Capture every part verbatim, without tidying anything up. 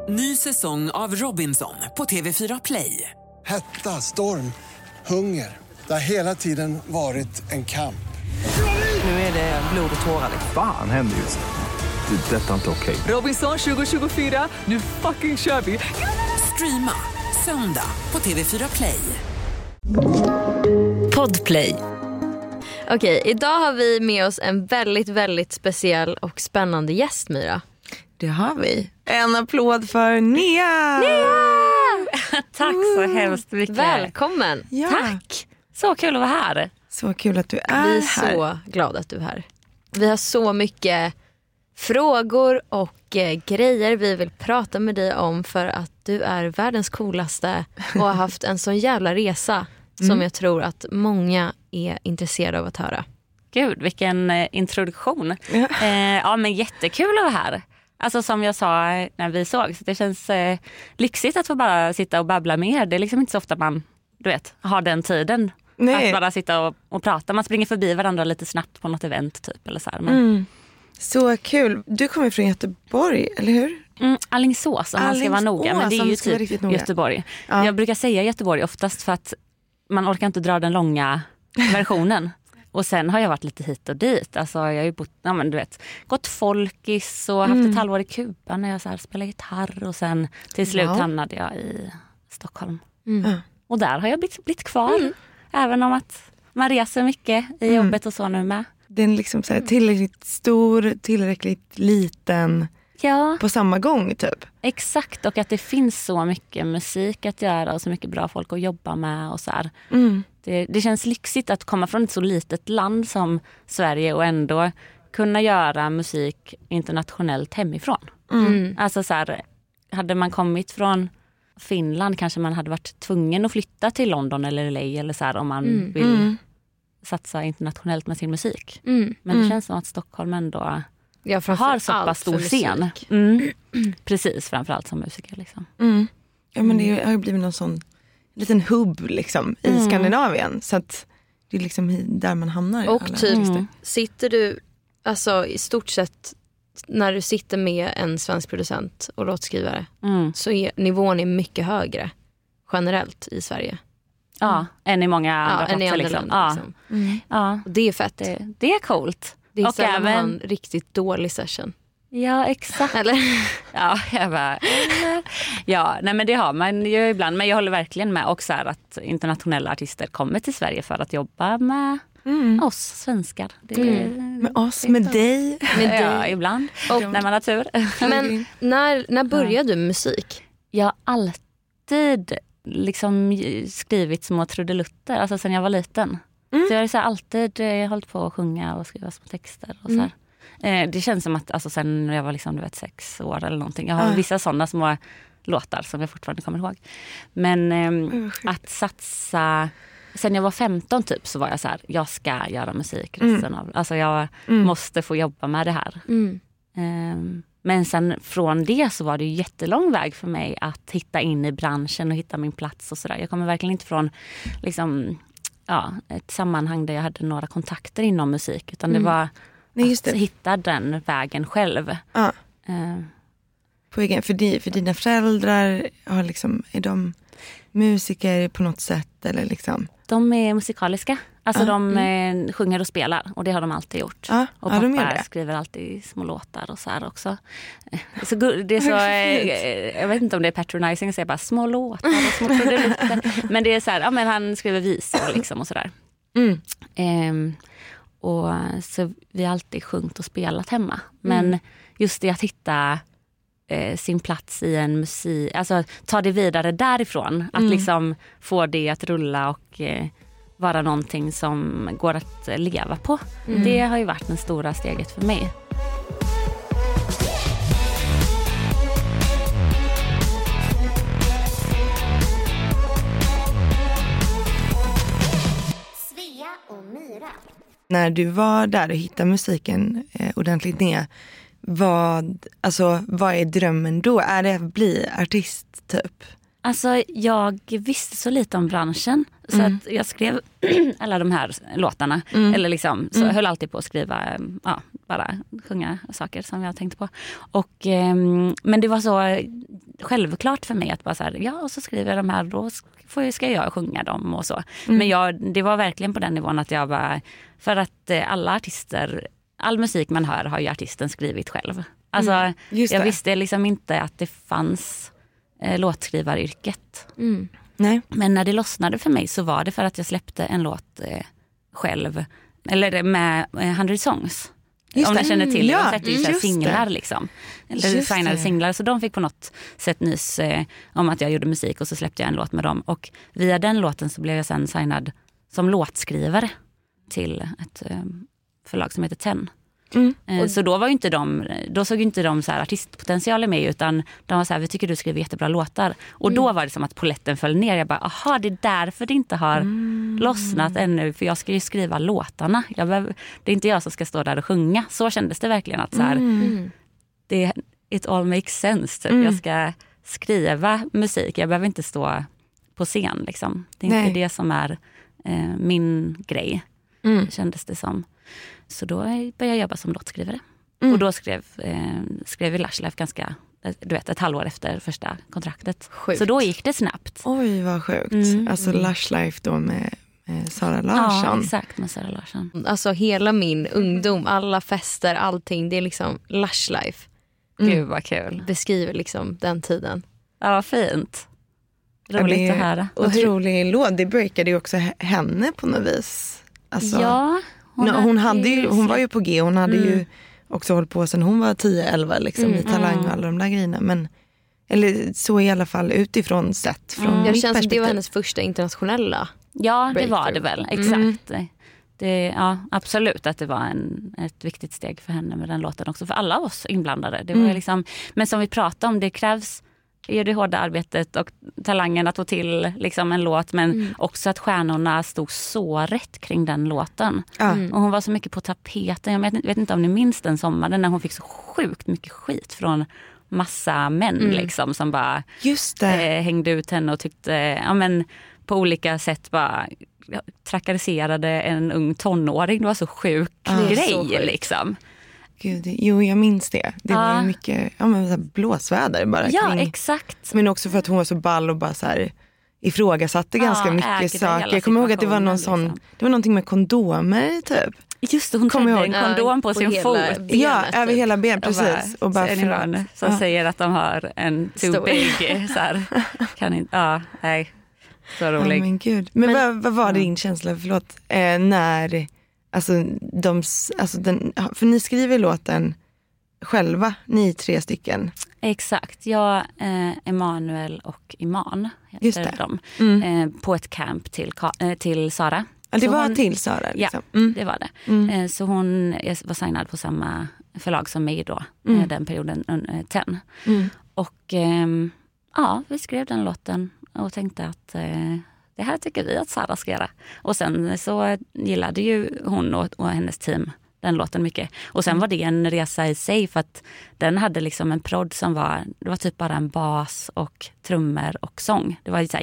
Ny säsong av Robinson på T V fyra Play. Hetta, storm, hunger. Det har hela tiden varit en kamp. Nu är det blod och tårar. Fan händer just nu. Det. Detta är inte okej. Robinson tjugo tjugofyra, nu fucking kör vi. Streama söndag på T V fyra Play. Podplay. Okej, idag har vi med oss en väldigt, väldigt speciell och spännande gäst, Myra. Det har vi. En applåd för Nea! Nea! Tack så hemskt mycket. Välkommen. Ja. Tack. Så kul att vara här. Så kul att du är här. Vi är här. Så glada att du är här. Vi har så mycket frågor och eh, grejer vi vill prata med dig om, för att du är världens coolaste och har haft en sån jävla resa mm. som jag tror att många är intresserade av att höra. Gud, vilken eh, introduktion. Ja. Eh, ja, men jättekul att vara här. Alltså som jag sa när vi såg, så det känns eh, lyxigt att få bara sitta och babbla med er. Det är liksom inte så ofta man, du vet, har den tiden. Nej. Att bara sitta och, och prata. Man springer förbi varandra lite snabbt på något event typ. Eller så här, men... mm. Så kul. Du kommer från Göteborg, eller hur? Mm, Alingsås om man ska vara noga. Men det är ju typ Göteborg. Ja. Jag brukar säga Göteborg oftast för att man orkar inte dra den långa versionen. Och sen har jag varit lite hit och dit. Alltså jag har ju bott, ja, men du vet, gått folkis och mm. haft ett halvår i Kuba när jag så här spelade gitarr. Och sen till slut ja. hamnade jag i Stockholm. Mm. Och där har jag blivit, blivit kvar. Mm. Även om att man reser mycket i jobbet och så nu med. Den är liksom så här tillräckligt stor, tillräckligt liten ja. på samma gång typ. Exakt, och att det finns så mycket musik att göra och så mycket bra folk att jobba med och så här. Mm. Det, det känns lyxigt att komma från ett så litet land som Sverige och ändå kunna göra musik internationellt hemifrån. Mm. Alltså så här, hade man kommit från Finland kanske man hade varit tvungen att flytta till London eller L A eller så här, om man mm. vill mm. satsa internationellt med sin musik. Mm. Men det mm. känns som att Stockholm ändå ja, har så pass stor scen. Mm. Precis, framförallt som musiker. Liksom. Mm. Ja, men det har ju blivit någon sån liten hubb liksom, i mm. Skandinavien. Så att det är liksom där man hamnar. Och typ, mm. sitter du alltså i stort sett när du sitter med en svensk producent och låtskrivare mm. så är nivån är mycket högre generellt i Sverige. Ja, mm. än i många andra ja, platser. Andra liksom. länder, ja. liksom. Mm. Ja. Och det är fett. Det, det är coolt. Det är och sällan även en riktigt dålig session. Ja, exakt. Eller? Ja, jag bara, eller? Ja, nej men det har man ju ibland. Men jag håller verkligen med också här att internationella artister kommer till Sverige för att jobba med mm. oss svenskar. Det, mm. Med oss, med dig. Med dig. Ja, ibland. Och när man har tur. Men när, när började du med musik? Jag har alltid liksom skrivit små trudelutter, alltså sen jag var liten. Mm. Så jag har så här alltid eh, hållit på att sjunga och skriva små texter och så här. Mm. Eh, det känns som att alltså, sen jag var liksom, du vet, sex år eller någonting. Jag har ah. vissa sådana små låtar som jag fortfarande kommer ihåg. Men eh, mm. att satsa... Sen jag var femton typ så var jag så här, jag ska göra musik resten mm. av... Alltså jag mm. måste få jobba med det här. Mm. Eh, men sen från det så var det ju jättelång väg för mig att hitta in i branschen och hitta min plats och sådär. Jag kommer verkligen inte från liksom, ja, ett sammanhang där jag hade några kontakter inom musik. Utan mm. det var Nej, just att det. hitta den vägen själv. Ja. Uh. På egen, för, di, för dina föräldrar har liksom, är de musiker på något sätt? Eller liksom? De är musikaliska. Alltså ah, de mm. eh, sjunger och spelar. Och det har de alltid gjort. Ah, och ah, pappa de skriver alltid små låtar och så här också. Så det är så, eh, jag vet inte om det är patronizing att säga bara små låtar och små produkter. Men det är så här, ja men han skriver visor liksom och sådär. Mm. Eh, och så vi har alltid sjungit och spelat hemma. Men mm. just det att hitta eh, sin plats i en musik, alltså ta det vidare därifrån. Att mm. liksom få det att rulla och eh, vara någonting som går att leva på. Mm. Det har ju varit det stora steget för mig. Svea och Myra. När du var där och hittade musiken eh, ordentligt ner, vad, alltså, vad är drömmen då? Är det att bli artist typ? Alltså jag visste så lite om branschen så mm. att jag skrev alla de här låtarna mm. eller liksom så mm. jag höll alltid på att skriva, ja, bara sjunga saker som jag tänkte på. Och eh, men det var så självklart för mig att bara så här, ja och så skriver jag de här, då får, ska jag sjunga dem och så. Mm. Men jag, det var verkligen på den nivån att jag bara, för att alla artister, all musik man hör har ju artisten skrivit själv. Alltså mm. jag visste liksom inte att det fanns eh, låtskrivaryrket. Mm. Nej. Men när det lossnade för mig så var det för att jag släppte en låt eh, själv, eller med eh, hundred songs. Just om ni känner till det, ja, de sätter ju mm, singlar liksom. Eller signade singlar, så de fick på något sätt nys eh, om att jag gjorde musik och så släppte jag en låt med dem. Och via den låten så blev jag sen signad som låtskrivare till ett eh, förlag som heter Ten. Mm. Eh, så då var ju inte de, då såg ju inte de så här artistpotentialen med, utan de var så här, vi tycker du skriver jättebra låtar. Och mm. då var det som att poletten föll ner. Jag bara, aha, det är därför det inte har mm. lossnat ännu, för jag ska ju skriva låtarna. Jag behöver, det är inte jag som ska stå där och sjunga. Så kändes det verkligen att så här, mm. det, it all makes sense. Mm. Jag ska skriva musik, jag behöver inte stå på scen liksom. Det är Nej. inte det som är eh, min grej, mm. kändes det som. Så då började jag jobba som låtskrivare. Mm. Och då skrev, eh, skrev vi Lush Life ganska, du vet, ett halvår efter första kontraktet. Sjukt. Så då gick det snabbt. Oj, vad sjukt. Mm. Alltså Lush Life då med, med Sara Larsson. Ja, exakt, med Sara Larsson. Alltså hela min ungdom, alla fester, allting, det är liksom Lush Life. Mm. Gud vad kul. Beskriver liksom den tiden. Ja, vad fint. Roligt ja, att höra. Otrolig låt. Det breakade ju också henne på något vis. Alltså, ja. Hon, no, hon, hade ju, hon var ju på G. Hon hade mm. ju också hållit på sen hon var tio elva liksom, mm. i Talang och alla de där grejerna. Men, eller så i alla fall utifrån sett. Från mm. mitt det känns perspektiv. som det var hennes första internationella Ja, det var det väl. Exakt. Mm. Det, ja, absolut att det var en, ett viktigt steg för henne med den låten också. För alla oss inblandade. Det var mm. liksom, men som vi pratade om, det krävs i det hårda arbetet och talangen att få till liksom en låt, men mm. också att stjärnorna stod så rätt kring den låten. Mm. Och hon var så mycket på tapeten. Jag vet, vet inte om ni minns den sommaren när hon fick så sjukt mycket skit från massa män mm. liksom, som bara Just det. Eh, hängde ut henne och tyckte ja, men, på olika sätt bara trakasserade en ung tonåring. Det var så sjuk ah, grej så liksom. Gud, jo, jag minns det. Det ja. var ju mycket ja, men, så här blåsväder bara. Ja, kring. exakt. Men också för att hon var så ball och bara så här ifrågasatte ja, ganska mycket saker. Jag kommer ihåg att det var någon sån, liksom. Det var någonting med kondomer typ. Just det, hon tog en kondom på, på sin fot. Benet, ja, över hela benet, precis. Och bara, och bara någon som ja. säger att de har en too Stor. big. Så här. Kan inte, ja, nej. Så rolig. Ja, men gud. Men, men vad, vad var din känsla, förlåt, eh, när... Alltså, de, alltså den, för ni skriver låten själva, ni tre stycken. Exakt, jag, eh, Emanuel och Iman heter de. Mm. Eh, på ett camp till, eh, till Sara. Ja, det så var hon, till Sara liksom. Ja, mm. det var det. Mm. Eh, så hon var signad på samma förlag som mig då, mm. eh, den perioden, eh, Ten. Mm. Och eh, ja, vi skrev den låten och tänkte att... Eh, det här tycker vi att Sara ska göra. Och sen så gillade ju hon och, och hennes team den låten mycket. Och sen var det en resa i sig för att den hade liksom en prodd som var, det var typ bara en bas och trummor och sång. Det var så här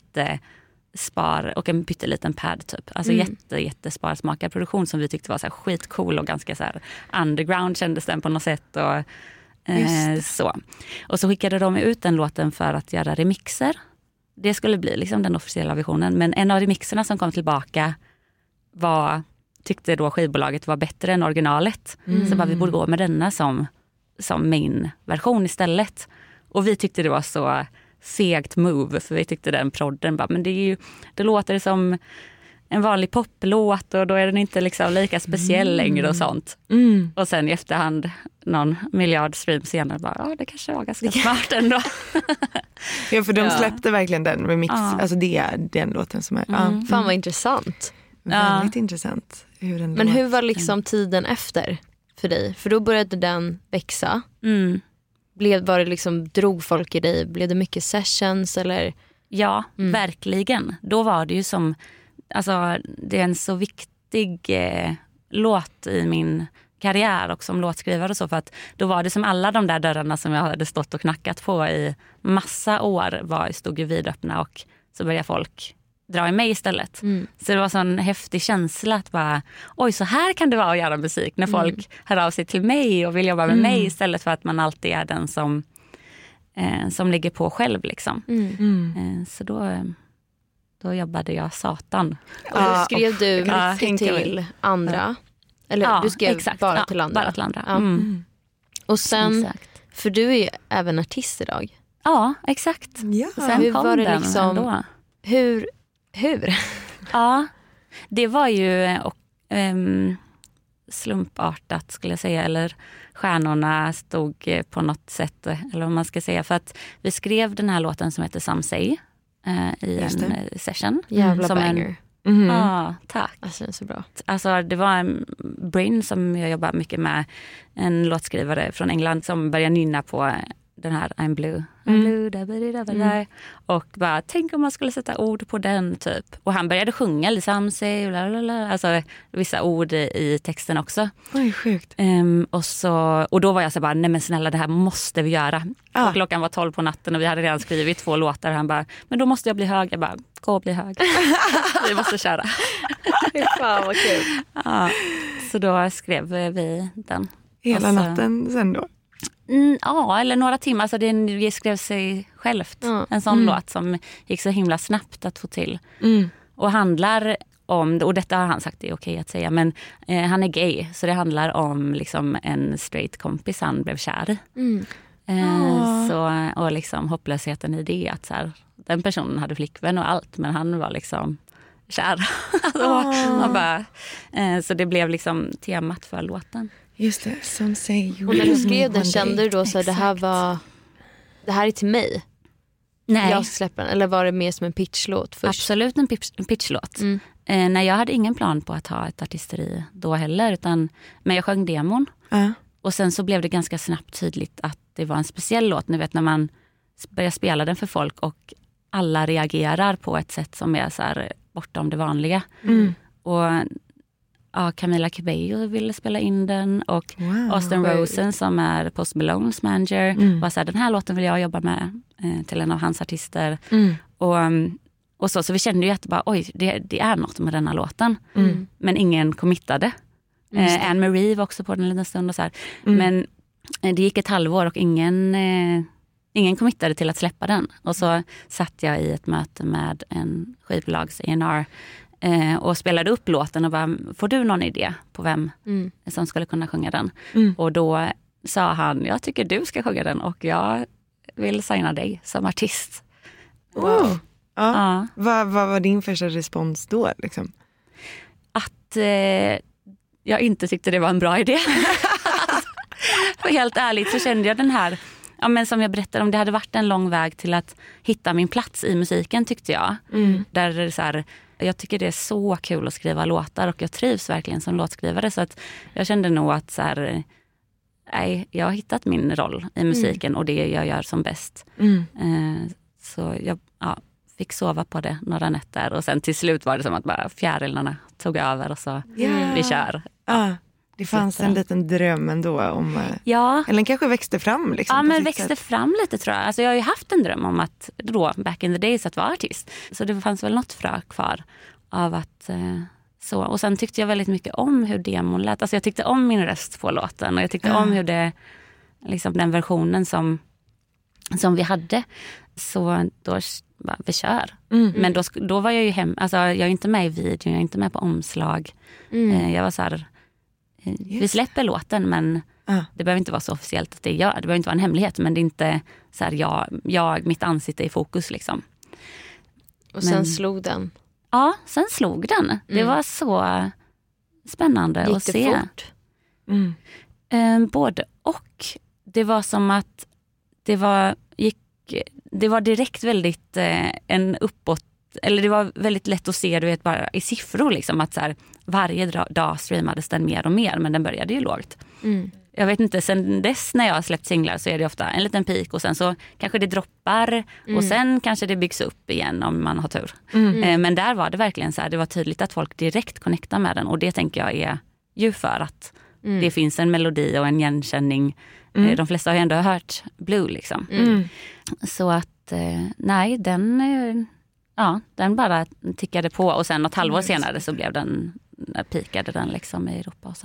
jättespar och en pytteliten pad typ. Alltså mm. jätte, jättesparsmakad produktion som vi tyckte var så här skitcool och ganska så här underground kändes den på något sätt. Och, eh, så. och så skickade de ut den låten för att göra remixer. Det skulle bli liksom den officiella versionen. Men en av remixerna som kom tillbaka var, tyckte då skivbolaget var bättre än originalet. Mm. Så bara, vi borde gå med denna som, som main-version istället. Och vi tyckte det var så fegt move. För vi tyckte den prodden bara, men det är ju, det låter som en vanlig poplåt och då är den inte liksom lika speciell mm. längre och sånt. Mm. Och sen i efterhand någon miljard streams senare bara, ja det kanske var ganska smart ändå. Ja, för de ja. släppte verkligen den remix, ja. alltså det är den låten som är. Mm. Ja. Fan vad intressant. Väldigt ja. intressant. Hur den Men låt. hur var liksom tiden efter för dig? För då började den växa. Mm. Blev, var det liksom, drog folk i dig? Blev det mycket sessions eller? Ja, mm. verkligen. Då var det ju som, alltså det är en så viktig eh, låt i min karriär och som låtskrivare och så, för att då var det som alla de där dörrarna som jag hade stått och knackat på i massa år var, stod ju vidöppna och så började folk dra i mig istället. Mm. Så det var sån häftig känsla att bara, oj så här kan det vara att göra musik när folk mm. hör av sig till mig och vill jobba med mm. mig istället för att man alltid är den som eh, som ligger på själv liksom. Mm. Mm. Eh, så då, då jobbade jag satan. Och då skrev du Ja, mycket tänker till väl. andra. Eller Ja, du skrev exakt. bara Ja, till andra. Bara till andra. Ja. Mm. Och sen, Exakt. för du är ju även artist idag. Ja, exakt. Ja. Sen Hur kom var det den liksom- ändå. Hur? Hur? Ja, det var ju och, ehm, slumpartat skulle jag säga. Eller stjärnorna stod eh, på något sätt, eh, eller vad man ska säga. För att vi skrev den här låten som heter Some Say eh, i Just en det. eh, session. Jävla Som en- banger. Mm. Ja, tack. Alltså den är så bra. Alltså det var en Bryn som jag jobbar mycket med, en låtskrivare från England som började nynna på den här I'm blue, I'm Mm. blue da, ba, da, ba, da. Och bara, tänk om man skulle sätta ord på den typ. Och han började sjunga liksom, say, bla, bla, bla. Alltså vissa ord i, i texten också. Oj, sjukt. Um, och, så, och då var jag så bara, nej men snälla det här måste vi göra. Ah. Och klockan var tolv på natten och vi hade redan skrivit två låtar. Och han bara, men då måste jag bli hög. Jag bara, gå och bli hög. Vi måste köra. Fan vad kul. Ja, så då skrev vi den. Hela Och så- natten sen då? Mm, ja, eller några timmar. Alltså det skrev sig självt. Ja. En sån Mm. låt som gick så himla snabbt att få till. Mm. Och handlar om, och detta har han sagt det är okej att säga, men eh, han är gay. Så det handlar om liksom en straight kompis han blev kär i. Mm. Eh, Ah. så, och liksom hopplösheten i det. Att så här, den personen hade flickvän och allt, men han var liksom kär. alltså, man bara, eh, så det blev liksom temat för låten. Just det, som säger. Och när du skrev den, kände du då så här, det här var, det här är till mig? Nej. Jag släpper den. Eller var det mer som en pitchlåt först? Absolut en, pitch, en pitchlåt. Mm. Eh, nej, jag hade ingen plan på att ha ett artisteri då heller. Utan, men jag sjöng demon. Ja. Och sen så blev det ganska snabbt tydligt att det var en speciell låt. Ni vet när man börjar spela den för folk och alla reagerar på ett sätt som är så här bortom det vanliga. Mm. Och ja, Camila Cabello ville spela in den. Och Wow. Austin Rosen som är Post Malones manager Mm. var så här, den här låten vill jag jobba med eh, till en av hans artister. Mm. Och, och så, så vi kände ju att bara, oj, det, det är något med denna låten. Mm. Men ingen committade. Eh, Anne Marie var också på den en liten stund. Och så här. Mm. Men eh, det gick ett halvår och ingen, eh, ingen committade till att släppa den. Och så satt jag i ett möte med en skivbolags A and R eh, och spelade upp låten och bara, får du någon idé på vem Mm. som skulle kunna sjunga den? Mm. Och då sa han, jag tycker du ska sjunga den och jag vill signa dig som artist. Wow. Ja. Ja. Vad, vad var din första respons då? Liksom? Att eh, jag inte tyckte det var en bra idé. För helt ärligt så kände jag den här, ja, men som jag berättade om, det hade varit en lång väg till att hitta min plats i musiken tyckte jag. Mm. Där det är så här, jag tycker det är så kul att skriva låtar och jag trivs verkligen som låtskrivare. Så att jag kände nog att så här, nej, jag har hittat min roll i musiken och det jag gör som bäst. Mm. Eh, så jag ja, fick sova på det några nätter och sen till slut var det som att bara fjärilarna tog över och så Ja. vi kör. Ja, det fanns en liten dröm ändå om, eh, Ja, eller den kanske växte fram. Liksom, ja på men sitt växte sätt. fram lite tror jag. Alltså jag har ju haft en dröm om att då, back in the days, att vara artist. Så det fanns väl något frö kvar av att eh, så. Och sen tyckte jag väldigt mycket om hur demon lät. Alltså jag tyckte om min röst på låten och jag tyckte Ja. om hur det, liksom den versionen som, som vi hade. Så då bara, vi kör. Mm. Men då, sk- då var jag ju hem, alltså jag är inte med i videon, jag är inte med på omslag. Mm. Eh, jag var så här, eh, vi släpper låten men Ja. det behöver inte vara så officiellt att det gör. Det behöver inte vara en hemlighet men det är inte så här, jag, jag mitt ansikte i fokus liksom. Och sen Men- slog den. Ja, sen slog den. Det Mm. var så spännande Gick att det se. fort? Mm. Eh, både och. Det var som att det var, gick, det var direkt väldigt eh, en uppåt, eller det var väldigt lätt att se, du vet, bara i siffror liksom, att så här, varje dra- dag streamades den mer och mer, men den började ju lågt. Mm. Jag vet inte, sen dess när jag har släppt singlar så är det ofta en liten peak och sen så kanske det droppar och sen kanske det byggs upp igen om man har tur. Mm. Eh, men där var det verkligen så här, det var tydligt att folk direkt connectar med den och det tänker jag är ju för att Mm. det finns en melodi och en igenkänning. Mm. Eh, de flesta har ju ändå hört Blue liksom. Mm. Så att eh, nej, den, eh, ja, den bara tickade på och sen något halvår senare så blev den, pikade den liksom i Europa och så här.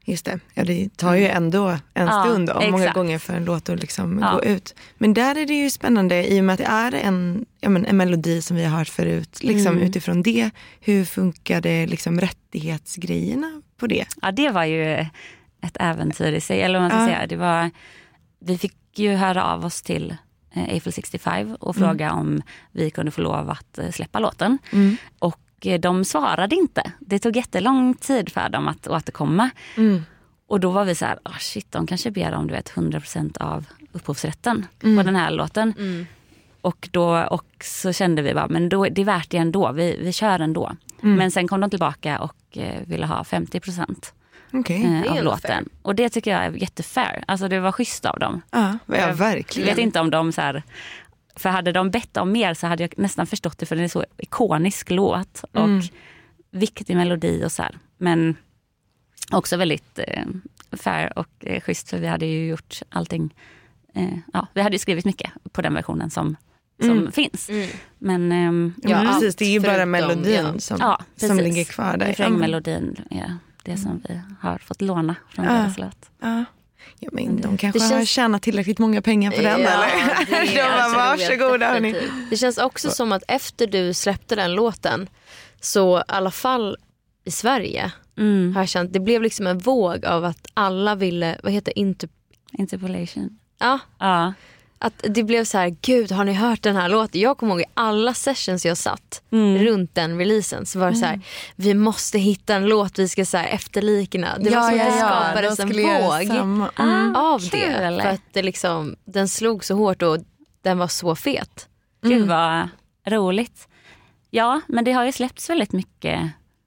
Just det. Ja, det tar ju ändå en Ja, stund och många exakt. gånger för en låt att liksom Ja. gå ut. Men där är det ju spännande i och med att det är en, ja, men, en melodi som vi har hört förut. Liksom, Mm. utifrån det, hur funkar det liksom, rättighetsgrejerna på det? Ja, det var ju ett äventyr i sig. Eller vad man ska Ja. säga. Det var, vi fick ju höra av oss till eh, Eiffel sextiofem och Mm. fråga om vi kunde få lov att eh, släppa låten. Mm. Och eh, de svarade inte. Det tog jättelång tid för dem att återkomma. Mm. Och då var vi så här, oh shit, de kanske ber om du vet, hundra procent av upphovsrätten Mm. på den här låten. Mm. Och, då, och så kände vi bara, men då, det är värt det ändå, vi, vi kör ändå. Mm. Men sen kom de tillbaka och eh, ville ha femtio procent Okej. eh, är av ändå låten. fair. Och det tycker jag är jättefair. Alltså det var schysst av dem. Ja, ja, Jag verkligen. vet inte om de så här, för hade de bett om mer så hade jag nästan förstått det, för det är så ikonisk låt och Mm. viktig melodi och så här. Men också väldigt eh, fair och eh, schysst, för vi hade ju gjort allting. Eh, ja, vi hade ju skrivit mycket på den versionen som, som Mm. finns. Mm. Men ehm, Ja, Ja, precis. allt Det är ju bara förutom, melodin ja. som, ja, som precis. ligger kvar där. Ja, men- Refrängmelodin är det som vi har fått låna från Ja. deras låt. Ja. Ja, men de kanske Det har känns- tjänat tillräckligt många pengar på den, Ja, eller? det är- De bara, alltså, varsågoda hörni. definitivt. Det känns också som att efter du släppte den låten, så i alla fall i Sverige Mm. har jag känt, det blev liksom en våg av att alla ville, vad heter inter... Interpolation. Ja, Ja. att det blev så här, gud har ni hört den här låten? Jag kommer ihåg i alla sessions jag satt Mm. runt den releasen så var det så här, vi måste hitta en låt vi ska så här efterlikna. Det var som att det skapades de en skulle göra våg samma. Mm. av Kul, det. eller? För att det liksom, den slog så hårt och den var så fet. Gud vad roligt. Ja, men det har ju släppts väldigt mycket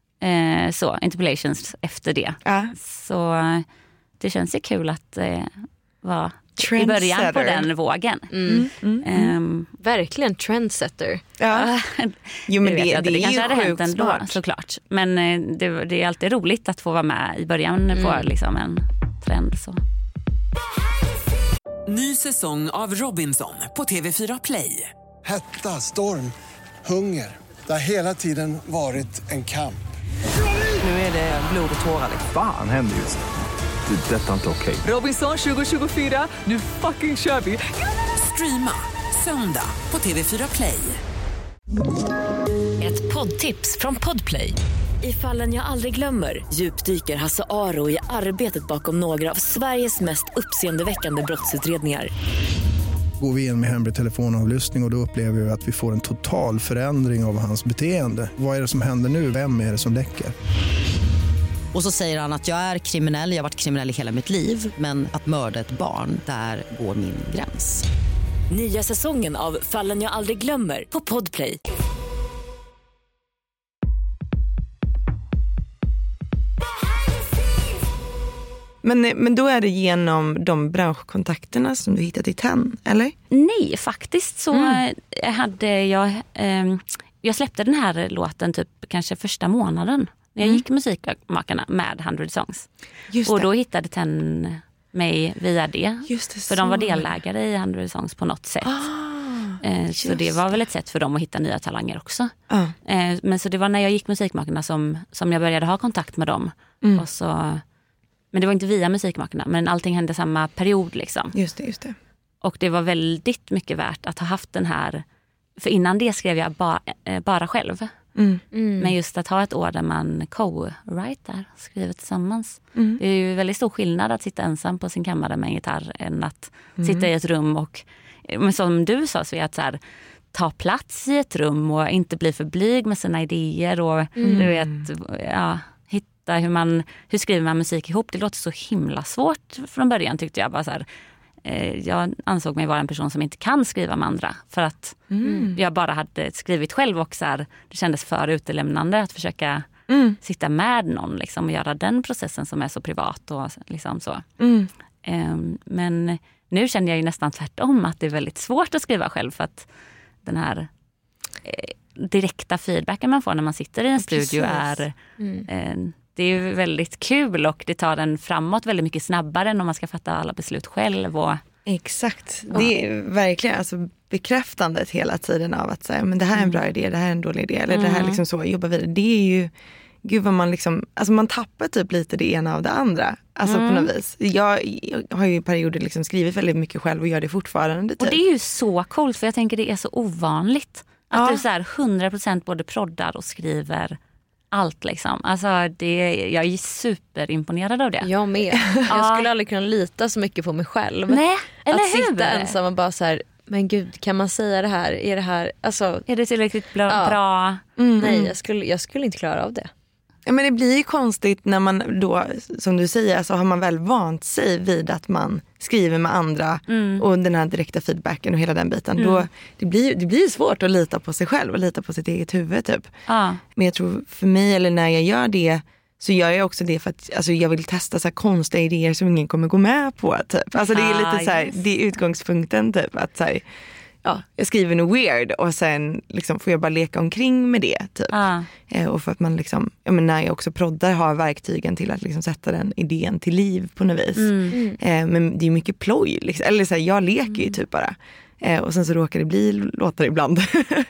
eh, så, interpolations efter det. Ja. Så eh, det känns ju kul att eh, vara i början på Trendsetter. den vågen. Mm. Mm. Ehm, Verkligen trendsetter. Ja. Jo, men det, vet det, jag inte. det det är kanske ju hade hänt sjukt ändå, smart. såklart. Men eh, det, det är alltid roligt att få vara med i början på Mm. liksom en trend. Så. Ny säsong av Robinson på T V fyra Play. Hetta, storm, hunger. Det har hela tiden varit en kamp. Nu är det blod och tårar. Fan händer just nu. Det. är Detta är inte okej. Robinson tjugo tjugofyra, nu fucking kör vi! Streama söndag på T V fyra Play. Ett poddtips från Podplay. I Fallen jag aldrig glömmer djupdyker Hasse Aro i arbetet bakom några av Sveriges mest uppseendeväckande brottsutredningar. Går vi in med hemlig telefonavlyssning och, och då upplever vi att vi får en total förändring av hans beteende. Vad är det som händer nu? Vem är det som läcker? Och så säger han att jag är kriminell, jag har varit kriminell i hela mitt liv. Men att mörda ett barn, där går min gräns. Nya säsongen av Fallen jag aldrig glömmer på Podplay. Men, men då är det genom de branschkontakterna som du hittat i Ten, eller? Nej, faktiskt så mm. hade jag... Eh, jag släppte den här låten typ kanske första månaden. Jag Mm. gick musikmakarna med hundra songs. Just Och det. då hittade Ten mig via det. Just det, för så. de var delägare i hundra songs på något sätt. Ah, eh, så det var väl ett sätt för dem att hitta nya talanger också. ah. Eh, men så det var när jag gick musikmakarna som, som jag började ha kontakt med dem. Mm. Och så, men det var inte via musikmakarna, men allting hände samma period liksom. Just det, just det. Och det var väldigt mycket värt att ha haft den här. För innan det skrev jag ba, eh, bara själv. Mm. Mm. Men just att ha ett år där man co-writer, skriver tillsammans. Mm. Det är ju väldigt stor skillnad att sitta ensam på sin kammare med en gitarr än att Mm. sitta i ett rum och, men som du sa, så är att så här, ta plats i ett rum och inte bli för blyg med sina idéer och Mm. du vet, ja, hitta hur man, hur skriver man musik ihop. Det låter så himla svårt från början, tyckte jag. Bara så här, eh, jag ansåg mig vara en person som inte kan skriva med andra för att Mm. jag bara hade skrivit själv och så här, det kändes för utelämnande att försöka Mm. sitta med någon liksom, och göra den processen som är så privat och liksom så. Mm. Um, men nu känner jag ju nästan tvärtom att det är väldigt svårt att skriva själv för att den här eh, direkta feedbacken man får när man sitter i en studio Precis. är Mm. eh, det är ju väldigt kul och det tar den framåt väldigt mycket snabbare än om man ska fatta alla beslut själv. Och, Exakt, det är verkligen alltså bekräftandet hela tiden av att säga, men det här är en bra idé, det här är en dålig idé eller det här Mm. liksom så, jobba vidare. Det är ju gud vad man liksom, alltså man tappar typ lite det ena av det andra. Alltså mm. på något vis. Jag, jag har ju i perioder liksom skrivit väldigt mycket själv och gör det fortfarande. Typ. Och det är ju så coolt, för jag tänker det är så ovanligt. Att ja. du så här hundra procent både proddar och skriver allt liksom. Alltså det, jag är superimponerad av det. Jag med. Jag skulle aldrig kunna lita så mycket på mig själv. Nej, eller att hur? sitta ensam och bara så här, men gud, kan man säga det här? Är det här, alltså, är det tillräckligt bra? Ja. bra? Mm. Nej, jag skulle, jag skulle inte klara av det. Ja, men det blir ju konstigt när man då, som du säger, alltså har man väl vant sig vid att man skriver med andra mm. och den här direkta feedbacken och hela den biten. Mm. Då, det blir det blir svårt att lita på sig själv och lita på sitt eget huvud typ. Ah. Men jag tror för mig, eller när jag gör det, så gör jag också det för att alltså, jag vill testa så här konstiga idéer som ingen kommer gå med på typ. Alltså det är lite ah, så här, yes. det är utgångspunkten typ att så här, ja, jag skriver något weird och sen liksom får jag bara leka omkring med det typ. Ah. Eh, och för att man liksom, ja, men när jag också proddar har verktygen till att liksom sätta den idén till liv på något vis. Mm. Eh, men det är mycket ploj liksom. Eller så här, jag leker mm. ju typ bara. Eh, och sen så råkar det bli låtar ibland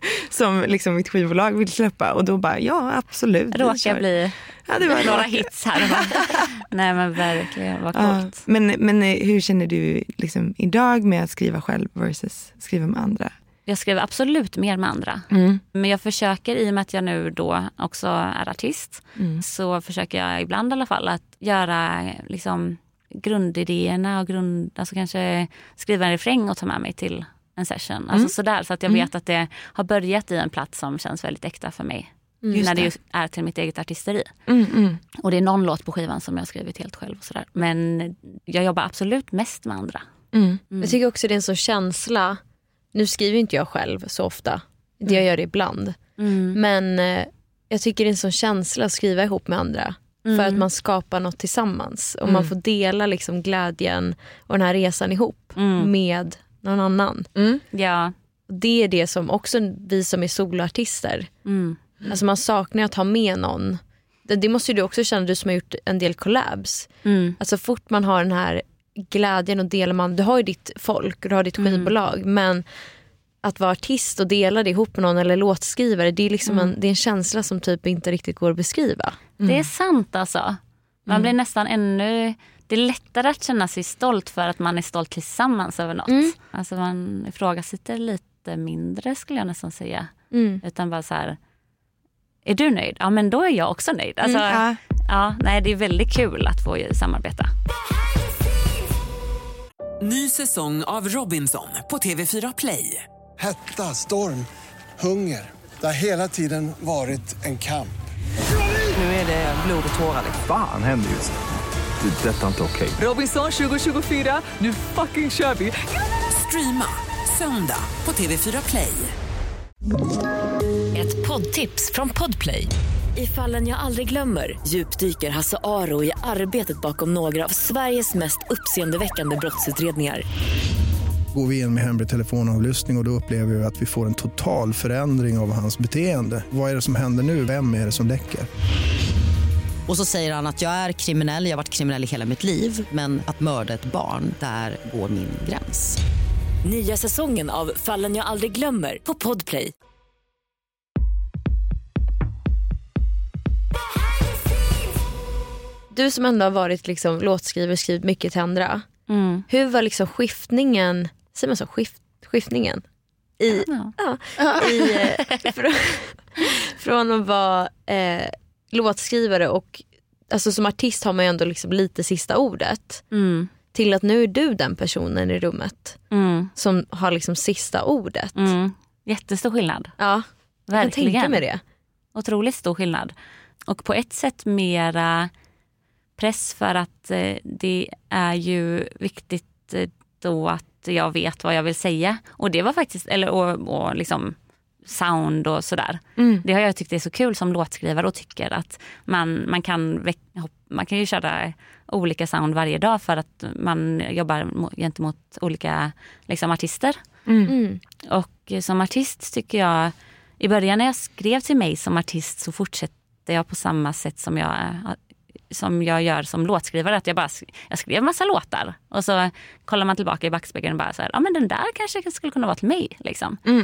som liksom mitt skivbolag vill släppa. Och då bara, ja absolut. Råkar bli ja, det var några hits här. Nej men verkligen, vad coolt. Ja, men, men hur känner du liksom idag med att skriva själv versus skriva med andra? Jag skriver absolut mer med andra. Mm. Men jag försöker, i och med att jag nu då också är artist, mm. så försöker jag ibland i alla fall att göra liksom grundidéerna och grund, alltså kanske skriva en refräng och ta med mig till en session. Alltså mm. sådär, så att jag mm. vet att det har börjat i en plats som känns väldigt äkta för mig. Mm. När det just är till mitt eget artisteri. Mm, mm. Och det är någon låt på skivan som jag har skrivit helt själv och sådär. Men jag jobbar absolut mest med andra. Mm. Mm. Jag tycker också det är en sån känsla. Nu skriver inte jag själv så ofta. Det jag gör det ibland. Mm. Men eh, jag tycker det är en sån känsla att skriva ihop med andra. Mm. För att man skapar något tillsammans. Och mm. man får dela liksom glädjen och den här resan ihop mm. med någon annan. Mm. Ja. Det är det som också vi som är soloartister. Mm. Alltså man saknar att ha med någon. Det, det måste ju du också känna, du som har gjort en del collabs. Mm. Alltså fort man har den här glädjen och delar man, du har ju ditt folk och du har ditt mm. skivbolag, men att vara artist och dela det ihop med någon eller låtskrivare, det är liksom mm. en, det är en känsla som typ inte riktigt går att beskriva. Mm. Det är sant alltså. Man mm. blir nästan ännu, det är lättare att känna sig stolt för att man är stolt tillsammans över något. Mm. Alltså man ifrågasätter lite mindre, skulle jag nästan säga. Mm. Utan bara så här, är du nöjd? Ja, men då är jag också nöjd. Alltså, mm, ja. Ja, nej, det är väldigt kul att få samarbeta. Ny säsong av Robinson på T V fyra Play. Hetta, storm, hunger. Det har hela tiden varit en kamp. Nu är det blod och tårar. Fan händer just det. Det är detta inte okej. Robinson tjugo tjugofyra, nu fucking kör vi. Streama söndag på T V fyra Play. Ett poddtips från Podplay. I Fallen jag aldrig glömmer djupdyker Hasse Aro i arbetet bakom några av Sveriges mest uppseendeväckande brottsutredningar. Går vi in med hemlig telefonavlyssning och, och då upplever vi att vi får en total förändring av hans beteende. Vad är det som händer nu? Vem är det som läcker? Och så säger han att jag är kriminell, jag har varit kriminell i hela mitt liv. Men att mörda ett barn, där går min gräns. Nya säsongen av Fallen jag aldrig glömmer på Podplay. Du som ändå har varit liksom låtskrivare, skrivit mycket till andra. Mm. Hur var liksom skiftningen, säger man så, skift, skiftningen? I, ja. Ja, i, eh, från, från att vara eh, låtskrivare och alltså som artist har man ju ändå liksom lite sista ordet. Mm. Till att nu är du den personen i rummet mm. som har liksom sista ordet. Mm. Jättestor skillnad. Ja, verkligen. Jag tänker med det. Otroligt stor skillnad. Och på ett sätt mera press för att eh, det är ju viktigt eh, då att jag vet vad jag vill säga. Och det var faktiskt, eller och, och liksom sound och sådär. Mm. Det har jag tyckt är så kul som låtskrivare och tycker att man, man kan man kan ju köra olika sound varje dag för att man jobbar gentemot olika liksom, artister. Mm. Mm. Och som artist tycker jag, i början när jag skrev till mig som artist så fortsätter jag på samma sätt som jag som jag gör som låtskrivare, att jag bara jag skrev massa låtar och så kollar man tillbaka i backspegeln och bara så här, ja men den där kanske skulle kunna vara till mig liksom. Mm,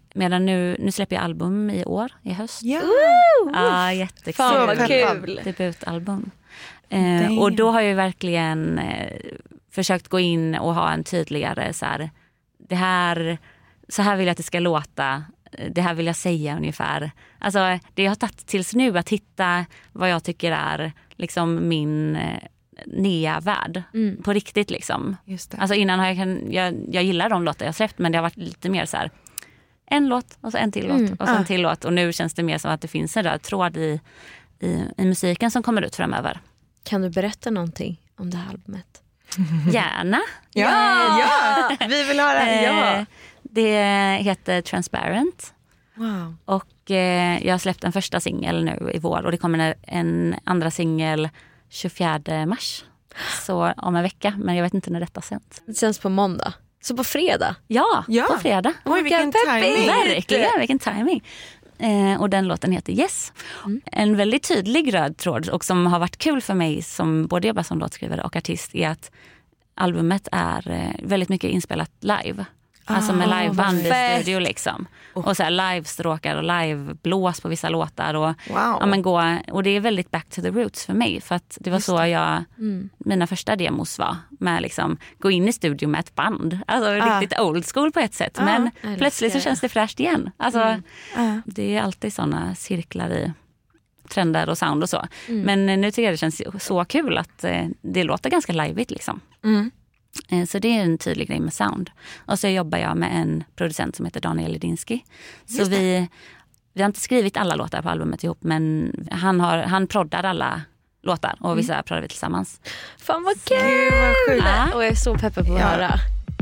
Medan nu, nu släpper jag album i år, i höst. Ja, ah, jättekul. Fan vad kul. Debutalbum. Eh, och då har jag verkligen eh, försökt gå in och ha en tydligare så här, det här, så här vill jag att det ska låta, det här vill jag säga ungefär. Alltså det jag har tagit tills nu att hitta vad jag tycker är liksom min eh, Nea-värld mm. på riktigt liksom. Just det. Alltså innan har jag, kan, jag, jag gillar de låtar jag släppt, men det har varit lite mer så här, en låt och så en till låt mm. och så en till låt, och nu känns det mer som att det finns en röd tråd i, i, i musiken som kommer ut framöver. Kan du berätta någonting om det här albumet? Gärna. Ja, ja, vi vill höra. Ja. Det heter Transparent. Wow. Och eh, jag har släppt en första singel nu i vår, och det kommer en andra singel tjugofjärde mars. Så om en vecka, men jag vet inte när detta sänds. Det sänds på måndag. Så på fredag? Ja, ja. på fredag. Oj, vilken timing. Verkligen, vilken timing. Eh, och den låten heter Yes. Mm. En väldigt tydlig röd tråd, och som har varit kul för mig som både jobbar som låtskrivare och artist, är att albumet är eh, väldigt mycket inspelat live. Ah, alltså med liveband i studio liksom. Oh. Och så här live-stråkar och live-blås på vissa låtar. Och, wow. ja, men gå, och det är väldigt back to the roots för mig. För att det var Just så jag, mm. mina första demos var. Med liksom, gå in i studio med ett band. Alltså ah. riktigt old school på ett sätt. Ah. Men plötsligt så känns det fräscht igen. Alltså, mm. ah. det är alltid såna cirklar i trender och sound och så. Mm. Men nu tycker jag det känns så kul att eh, det låter ganska liveigt liksom. Mm. Så det är en tydlig grej med sound. Och så jobbar jag med en producent som heter Daniel Ledinski. Så vi, vi har inte skrivit alla låtar på albumet ihop, men han, har, han proddar alla låtar och vissa mm. proddar vi tillsammans. Fan vad kul! Gud, vad ja. Och jag är så peppad på att ja. höra.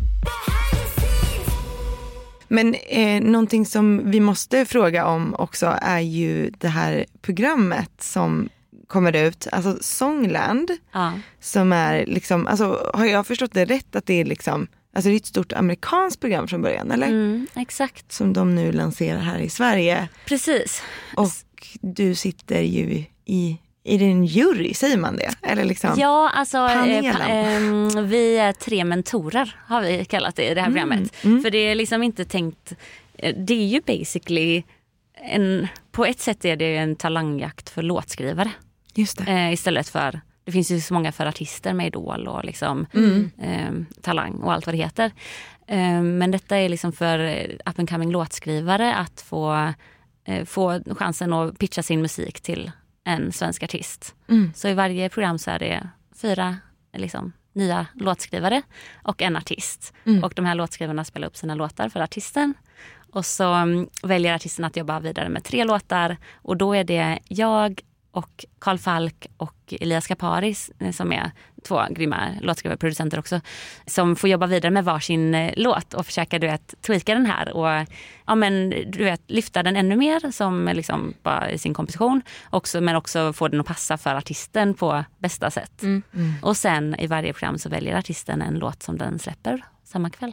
Men eh, någonting som vi måste fråga om också är ju det här programmet som kommer ut, alltså Songland, ja. som är liksom, alltså har jag förstått det rätt att det är liksom, alltså det är ett stort amerikanskt program från början, eller? Mm, exakt. Som de nu lanserar här i Sverige. Precis. Och du sitter ju i, i din jury, säger man det? Eller liksom ja, alltså eh, pa, eh, vi är tre mentorer har vi kallat det i det här mm, programmet. Mm. För det är liksom inte tänkt, det är ju basically en, på ett sätt är det en talangjakt för låtskrivare. Just det. Eh, istället för, det finns ju så många för artister med Idol och liksom mm. eh, talang och allt vad det heter. Eh, men detta är liksom för up and coming låtskrivare att få, eh, få chansen att pitcha sin musik till en svensk artist. Mm. Så i varje program så är det fyra liksom, nya låtskrivare och en artist. Mm. Och de här låtskrivarna spelar upp sina låtar för artisten. Och så um, väljer artisten att jobba vidare med tre låtar. Och då är det jag och Carl Falk och Elias Kaparis som är två grymma låtskrivarproducenter också, som får jobba vidare med varsin eh, låt och försöka du vet, tweaka den här och ja, men, du vet, lyfta den ännu mer som liksom, bara i sin komposition också, men också få den att passa för artisten på bästa sätt. Mm. Mm. Och sen i varje program så väljer artisten en låt som den släpper samma kväll.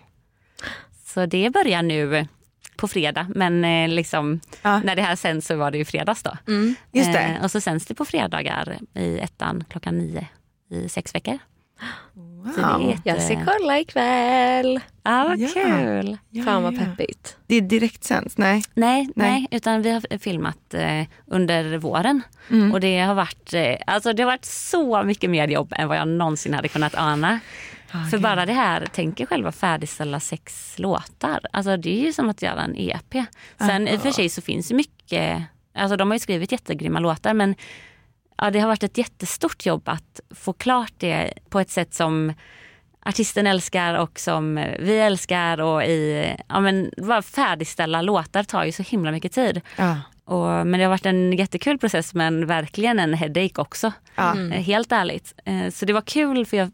Så det börjar nu på fredag, men eh, liksom ja. när det här sänds så var det ju fredags då. Mm, just det. Eh, och så sänds det på fredagar i ettan klockan nio i sex veckor. Wow. Jätte... Jag ska kolla ikväll. Ah, vad ja. kul. Ja, Fan vad peppigt. Det är direkt sänds, nej? Nej, nej. nej utan vi har filmat eh, under våren. Mm. Och det har varit eh, alltså det har varit så mycket mer jobb än vad jag någonsin hade kunnat ana. Okay. För bara det här, tänker själva färdigställa sex låtar. Alltså det är ju som att göra en E P. Sen uh-huh. i och för sig så finns det mycket, alltså de har ju skrivit jättegrymma låtar, men ja, det har varit ett jättestort jobb att få klart det på ett sätt som artisten älskar och som vi älskar. Och i, ja men bara färdigställa låtar tar ju så himla mycket tid. Uh. Och, men det har varit en jättekul process, men verkligen en headache också. Mm. Helt ärligt. Så det var kul för jag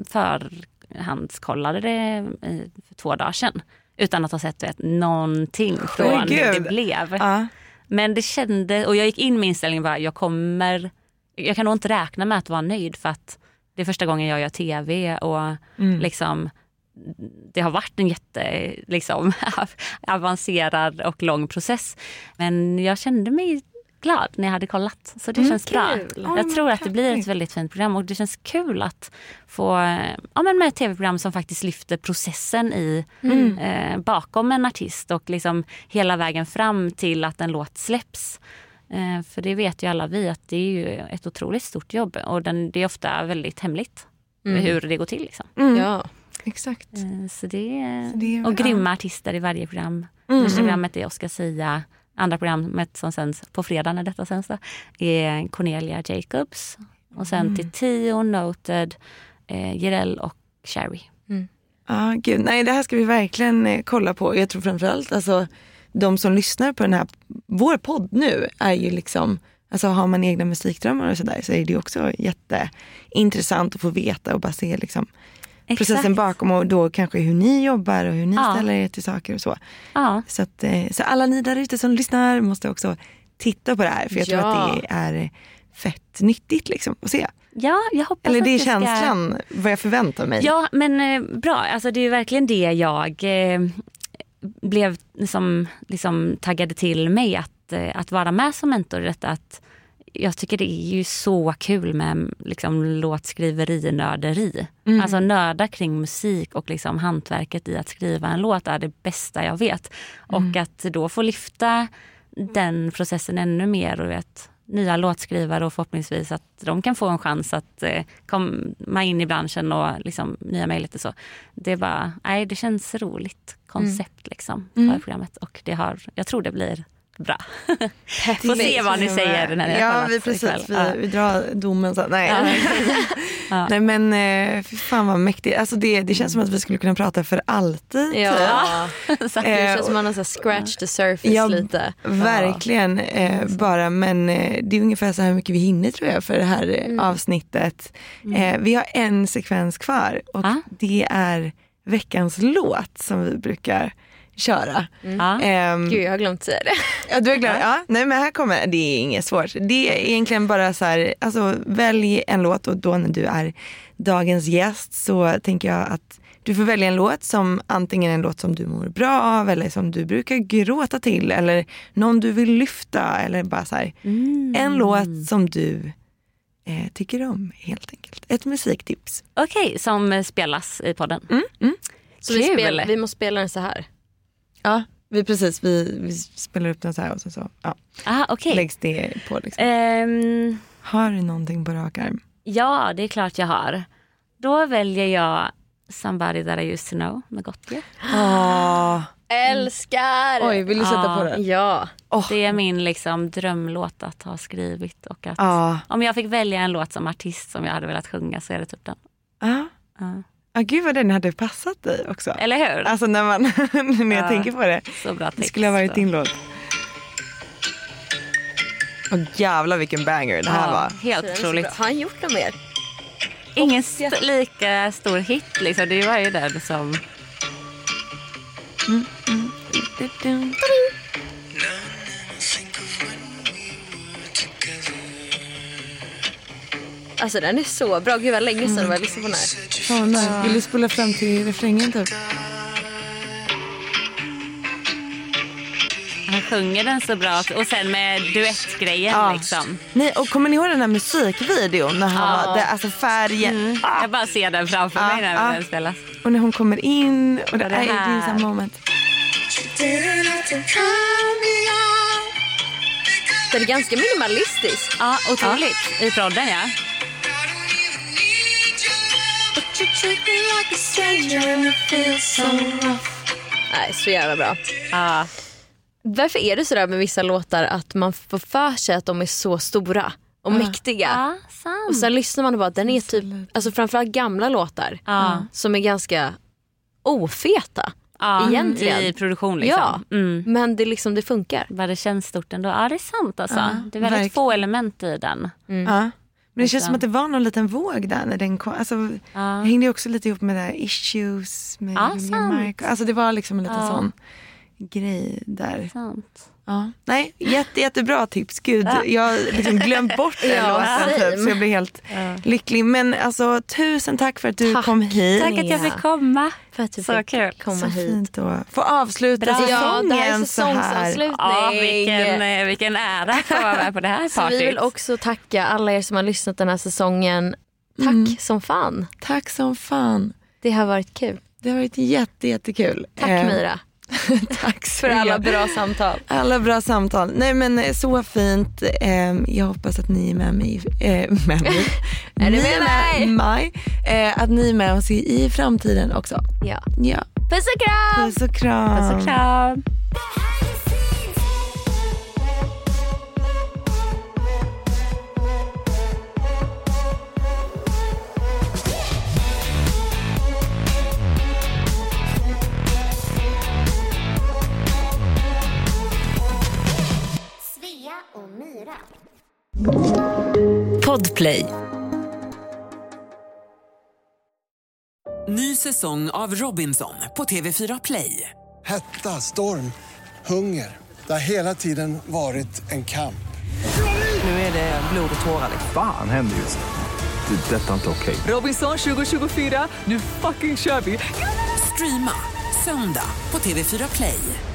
förhandskollade det för två dagar sedan. Utan att ha sett vet, någonting från oh, hur det blev. Uh. Men det kände, och jag gick in med inställningen bara, jag kommer, jag kan nog inte räkna med att vara nöjd för att det är första gången jag gör tv och mm. liksom det har varit en jätte liksom, avancerad och lång process. Men jag kände mig glad när jag hade kollat. Så det mm, känns kul. bra. Jag tror att det blir ett väldigt fint program. Och det känns kul att få ja, men med ett tv-program som faktiskt lyfter processen i mm. eh, bakom en artist. Och liksom hela vägen fram till att en låt släpps. Eh, för det vet ju alla vi att det är ju ett otroligt stort jobb. Och den, det är ofta väldigt hemligt mm. hur det går till. Liksom. Mm. Ja, exakt. Eh, så det, så det är, och grymma ja. artister i varje program. Mm. Första programmet är Oscar Sia. Andra programmet som sänds på fredag när detta sänds då, är Cornelia Jacobs. Och sen mm. till Tio, Noted, eh, Jireel och Sherry. Mm. Ah, gud. Nej, det här ska vi verkligen eh, kolla på. Jag tror framförallt alltså, de som lyssnar på den här, vår podd nu är ju liksom, alltså har man egna musikdrömmar och sådär så är det också jätteintressant att få veta och bara se liksom processen Exakt. bakom och då kanske hur ni jobbar och hur ni ja. ställer er till saker och så. Ja. Så, att, så alla ni där ute som lyssnar måste också titta på det här för jag ja. tror att det är fett nyttigt liksom att se. Ja, jag hoppas Eller att det är ska... känslan vad jag förväntar mig. Ja, men eh, bra. Alltså det är verkligen det jag eh, blev liksom, liksom taggade till mig att, eh, att vara med som mentor i detta. Att jag tycker det är ju så kul med liksom, låtskriveri, nörderi. Mm. Alltså nörda kring musik och liksom, hantverket i att skriva en låt är det bästa jag vet. Mm. Och att då få lyfta den processen ännu mer och vet, nya låtskrivare och förhoppningsvis att de kan få en chans att eh, komma in i branschen och liksom, nya möjligheter så. Det är bara, nej, det känns roligt koncept mm. liksom för mm. programmet och det har, jag tror det blir bra. Får se vad ni säger när ni ja, har vi precis. Vi, ja. vi drar domen så. Nej. Ja. ja. Nej men eh, för fan vad mäktigt. Alltså det, det känns som att vi skulle kunna prata för alltid. Ja. Så det känns som att man har scratch the surface ja, lite. Verkligen. Eh, bara men eh, det är ungefär så här mycket vi hinner tror jag för det här mm. avsnittet. Eh, vi har en sekvens kvar och ah. det är veckans låt som vi brukar köra. Mm. Um, Gud, jag har glömt säga det. Ja, du har glömt. Ja, nej men här kommer, det är inget svårt. Det är egentligen bara så här, alltså välj en låt och då när du är dagens gäst så tänker jag att du får välja en låt som antingen en låt som du mår bra av eller som du brukar gråta till eller någon du vill lyfta eller bara så här, mm. en låt som du eh, tycker om helt enkelt. Ett musiktips. Okej, okay, som spelas i podden. Mm. Mm. Så vi, spel, vi måste spela den så här. Ja, vi precis vi, vi spelar upp den så här och så så. Ja. Ah, okej. Okay. Läggs det på liksom. Um, har du någonting på rak arm? Ja, det är klart jag har. Då väljer jag Somebody That I Used To Know med Gottlieb. Åh, älskar. Oj, vill du sätta ah, på den? Ja. Oh. Det är min liksom drömlåt att ha skrivit och att ah. om jag fick välja en låt som artist som jag hade velat sjunga så är det typ den. Ja. Ah. Ah. Ah, gud vad den hade passat dig också. Eller hur? Alltså när, man, när jag ja, tänker på det. Så bra text. Det skulle ha varit din låt. Åh jävlar vilken banger det här ja, var. Helt otroligt. Har han gjort något mer? Ingen st- lika stor hit liksom. Det var ju den som... Mm, mm. Alltså den är så bra. Gud vad länge sedan mm. jag lyssnade på den här. Ja, vill du spola fram till refrängen typ? Han sjunger den så bra. Och sen med duettgrejen ja. liksom. Nej, och kommer ni ihåg den här musikvideon? När han, ja. det, alltså färgen. Mm. Ah. Jag bara ser den framför ah. mig när ah. den spelas. Och när hon kommer in. Och det, och det, är, det är samma moment. Det är ganska minimalistisk. Ja, otroligt. Ja. I prodden, ja. Nej, så jävla bra. Ja. Varför är det sådär med vissa låtar att man får för sig att de är så stora och ja. mäktiga? Ja, sant. Och sen lyssnar man och bara, den är typ, alltså framförallt gamla låtar ja. som är ganska ofeta. Ja, egentligen. I produktion liksom. Ja, mm. men det, liksom, det funkar. Vad det känns stort ändå. Ja, det är sant alltså. Ja, det är väldigt verkligen. få element i den. Mm. Ja. Men det känns som att det var någon liten våg där när den kom. Alltså, ja. Det hängde också lite ihop med det här issues med ja, William Mark. Alltså det var liksom en liten ja. sån grej där. Sant. Ja. Nej, jätte, jättebra tips. Gud, ja. jag har liksom glömt bort den ja, låten typ, så jag blir helt ja. lycklig. Men alltså, tusen tack för att du tack. kom hit. Tack att jag fick komma. För att du så fick kul. komma så hit. Fint att få avsluta Bra. säsongen ja, det här är så här. säsongsavslutning. Ja, vilken, vilken ära att få vara med på det här så partyt. vi vill också tacka alla er som har lyssnat den här säsongen. Tack mm. som fan. Tack som fan. Det har varit kul. Det har varit jätte, jättekul. Tack eh. Myra. Tack för alla bra samtal. Alla bra samtal. Nej men så fint. Eh, jag hoppas att ni är med mig. Eh, med mig. Är du med mig? mig. Eh, att ni är med oss i, i framtiden också. Ja. ja. Puss och kram. Puss och kram. Puss och kram. Och Myra. Podplay. Ny säsong av Robinson på T V fyra Play. Hetta, storm, hunger. Det har hela tiden varit en kamp. Nu är det blod och tårar. Fan händer just det. Det är detta inte okej. Robinson tjugo tjugofyra, nu fucking kör vi. Streama söndag på T V fyra Play.